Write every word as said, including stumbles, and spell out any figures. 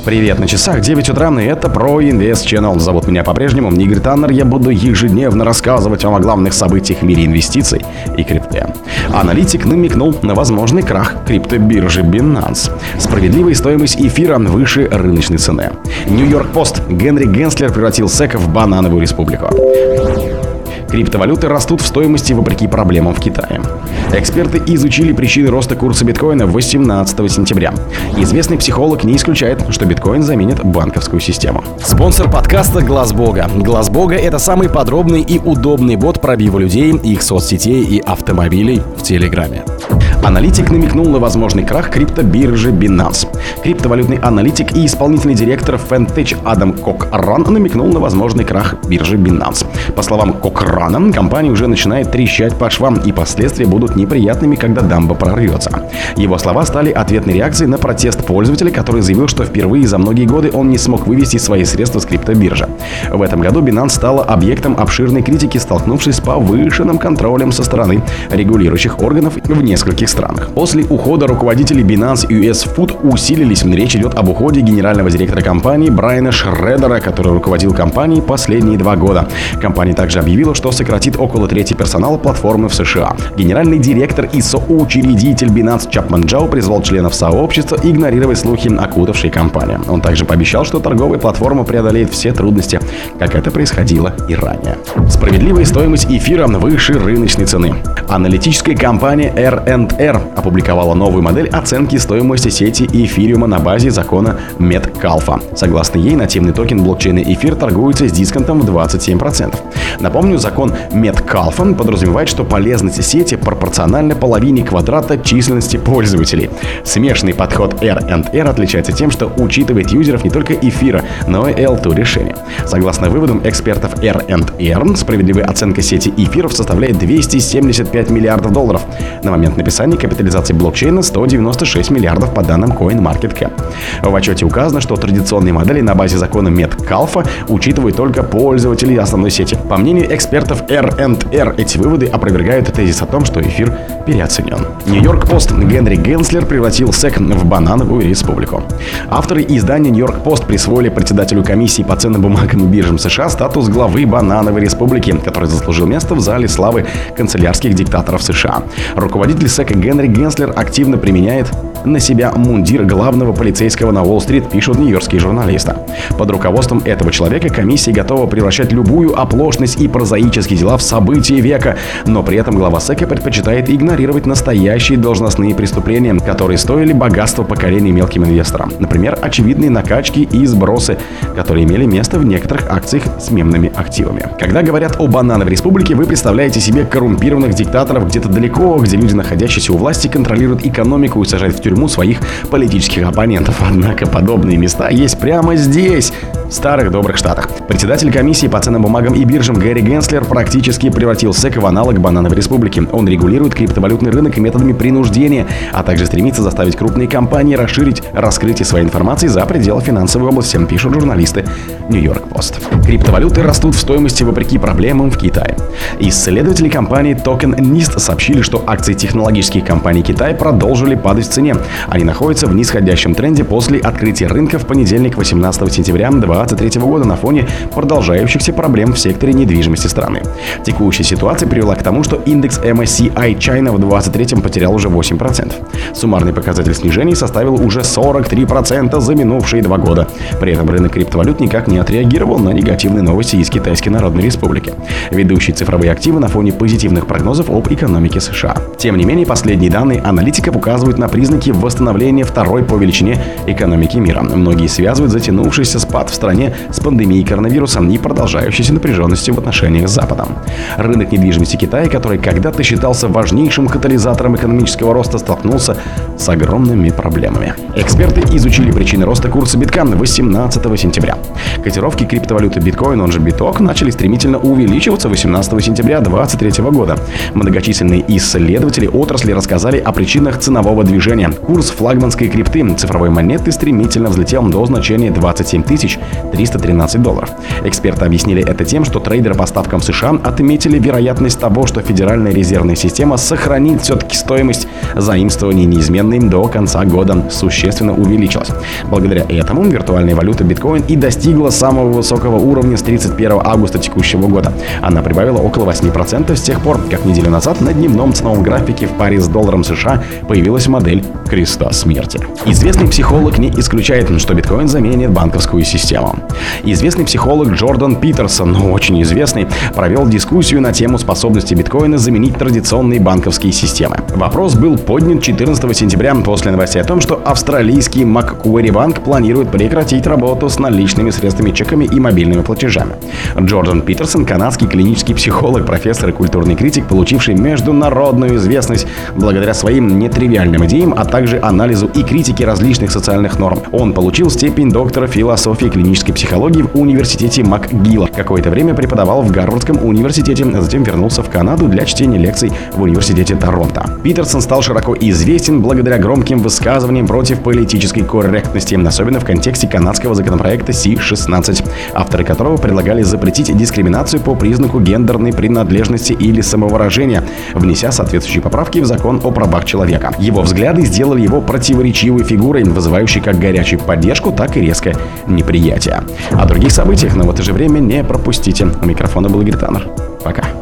Привет, на часах девять утра, и это ProInvest Channel. Зовут меня по-прежнему Игорь Таннер. Я буду ежедневно рассказывать вам о главных событиях в мире инвестиций и крипты. Аналитик намекнул на возможный крах криптобиржи Binance. Справедливая стоимость эфира выше рыночной цены. Нью-Йорк Пост. Генри Генслер превратил сэк в банановую республику. Криптовалюты растут в стоимости вопреки проблемам в Китае. Эксперты изучили причины роста курса биткоина восемнадцатого сентября. Известный психолог не исключает, что биткоин заменит банковскую систему. Спонсор подкаста Глаз Бога. Глаз Бога — это самый подробный и удобный бот пробива людей, их соцсетей и автомобилей в Телеграме. Аналитик намекнул на возможный крах криптобиржи Binance. Криптовалютный аналитик и исполнительный директор FanTech Адам Кохран намекнул на возможный крах биржи Binance. По словам Кохрана, компания уже начинает трещать по швам, и последствия будут неприятными, когда дамба прорвется. Его слова стали ответной реакцией на протест пользователя, который заявил, что впервые за многие годы он не смог вывести свои средства с криптобиржи. В этом году Binance стала объектом обширной критики, столкнувшись с повышенным контролем со стороны регулирующих органов в нескольких странах. После ухода руководителей Binance ю эс Food усилились. Речь идет об уходе генерального директора компании Брайана Шредера, который руководил компанией последние два года. Компания также объявила, что сократит около трети персонала платформы в США. Генеральный директор и соучредитель Binance Чапман Джао призвал членов сообщества игнорировать слухи, окутавшие компанию. Он также пообещал, что торговая платформа преодолеет все трудности, как это происходило и ранее. Справедливая стоимость эфира выше рыночной цены. Аналитическая компания эр энд эр опубликовала новую модель оценки стоимости сети эфириума на базе закона Меткалфа. Согласно ей, нативный токен блокчейна эфир торгуется с дисконтом в двадцать семь процентов. Напомню, закон Меткалфа подразумевает, что полезность сети пропорциональна половине квадрата численности пользователей. Смешанный подход эр энд эр отличается тем, что учитывает юзеров не только эфира, но и эл два решения. Согласно выводам экспертов эр энд эр, справедливая оценка сети эфиров составляет двести семьдесят пять миллиардов долларов. На момент написания капитализации блокчейна сто девяносто шесть миллиардов по данным CoinMarketCap. В отчете указано, что традиционные модели на базе закона Меткалфа учитывают только пользователей основной сети. По мнению экспертов эр энд эр, эти выводы опровергают тезис о том, что эфир переоценен. Нью-Йорк Пост. Генри Генслер превратил сэк в банановую республику. Авторы издания Нью-Йорк Пост присвоили председателю комиссии по ценным бумагам и биржам США статус главы банановой республики, который заслужил место в зале славы канцелярских диктаторов США. Руководитель сэка Генри Генслер активно применяет на себя мундир главного полицейского на Уолл-стрит, пишут нью-йоркские журналисты. Под руководством этого человека комиссия готова превращать любую оплошность и прозаические дела в события века, но при этом глава сэка предпочитает игнорировать настоящие должностные преступления, которые стоили богатства поколения мелким инвесторам. Например, очевидные накачки и сбросы, которые имели место в некоторых акциях с мемными активами. Когда говорят о банановой республике, вы представляете себе коррумпированных диктаторов где-то далеко, где люди, находящиеся у власти, контролируют экономику и сажают в тюрьму своих политических оппонентов. Однако подобные места есть прямо здесь, в старых добрых штатах. Председатель комиссии по ценным бумагам и биржам Гэри Генслер практически превратил сэк в аналог банановой республики. Он регулирует криптовалютный рынок методами принуждения, а также стремится заставить крупные компании расширить раскрытие своей информации за пределы финансовой области, пишут журналисты Нью-Йорк Пост. Криптовалюты растут в стоимости вопреки проблемам в Китае. Исследователи компании Tokenist сообщили, что акции технологических компаний Китая продолжили падать в цене. Они находятся в нисходящем тренде после открытия рынка в понедельник, восемнадцатого сентября две тысячи двадцать третьего года, на фоне продолжающихся проблем в секторе недвижимости страны. Текущая ситуация привела к тому, что индекс эм эс си ай China в двадцать третьем потерял уже восемь процентов. Суммарный показатель снижения составил уже сорок три процента за минувшие два года. При этом рынок криптовалют никак не отреагировал на негативные новости из Китайской Народной Республики, ведущие цифровые активы на фоне позитивных прогнозов об экономике США. Тем не менее, последние данные аналитиков указывают на признаки восстановления второй по величине экономики мира. Многие связывают затянувшийся спад в стране с пандемией коронавируса и продолжающейся напряженностью в отношениях с Западом. Рынок недвижимости Китая, который когда-то считался важнейшим катализатором экономического роста, столкнулся с огромными проблемами. Эксперты изучили причины роста курса биткоина восемнадцатого сентября. Котировки криптовалюты биткоин, он же биток, начали стремительно увеличиваться восемнадцатого сентября две тысячи двадцать третьего года. Многочисленные исследователи отрасли рассказали о причинах ценового движения. Курс флагманской крипты цифровой монеты стремительно взлетел до значения двадцать семь тысяч триста тринадцать долларов. Эксперты объяснили это тем, что трейдеры по ставкам в США отметили вероятность того, что Федеральная резервная система сохранит все-таки стоимость заимствований неизменной до конца года, существенно увеличилась. Благодаря этому виртуальная валюта биткоин и достигла самого высокого уровня с тридцать первого августа текущего года. Она прибавила около восемь процентов с тех пор, как неделю назад на дневном ценовом графике в паре с долларом США появилась модель креста смерти. Известный психолог не исключает, что биткоин заменит банковскую систему. Известный психолог Джордан Питерсон, ну, очень известный, провел дискуссию на тему способности биткоина заменить традиционные банковские системы. Вопрос был поднят четырнадцатого сентября после новостей о том, что австралийский Macquarie Bank планирует прекратить работу с наличными средствами, чеками и мобильными платежами. Джордан Питерсон – канадский клинический психолог, профессор и культурный критик, получивший международную известность благодаря своим нетривиальным идеям, а также анализу и критике различных социальных норм. Он получил степень доктора философии клинической психологии в университете МакГилла. Какое-то время преподавал в Гарвардском университете, а затем вернулся в Канаду для чтения лекций в университете Торонто. Питерсон стал широко известен благодаря громким высказываниям против политической корректности, особенно в контексте канадского законопроекта Си шестнадцать, авторы которого предлагали запретить дискриминацию по признаку гендерной принадлежности или самовыражения, внеся соответствующие поправки в закон о правах человека. Его взгляды сделали его противоречивой фигурой, вызывающей как горячую поддержку, так и резкое неприятие. О других событиях, но в это же время не пропустите. У микрофона был Игорь Таннер. Пока.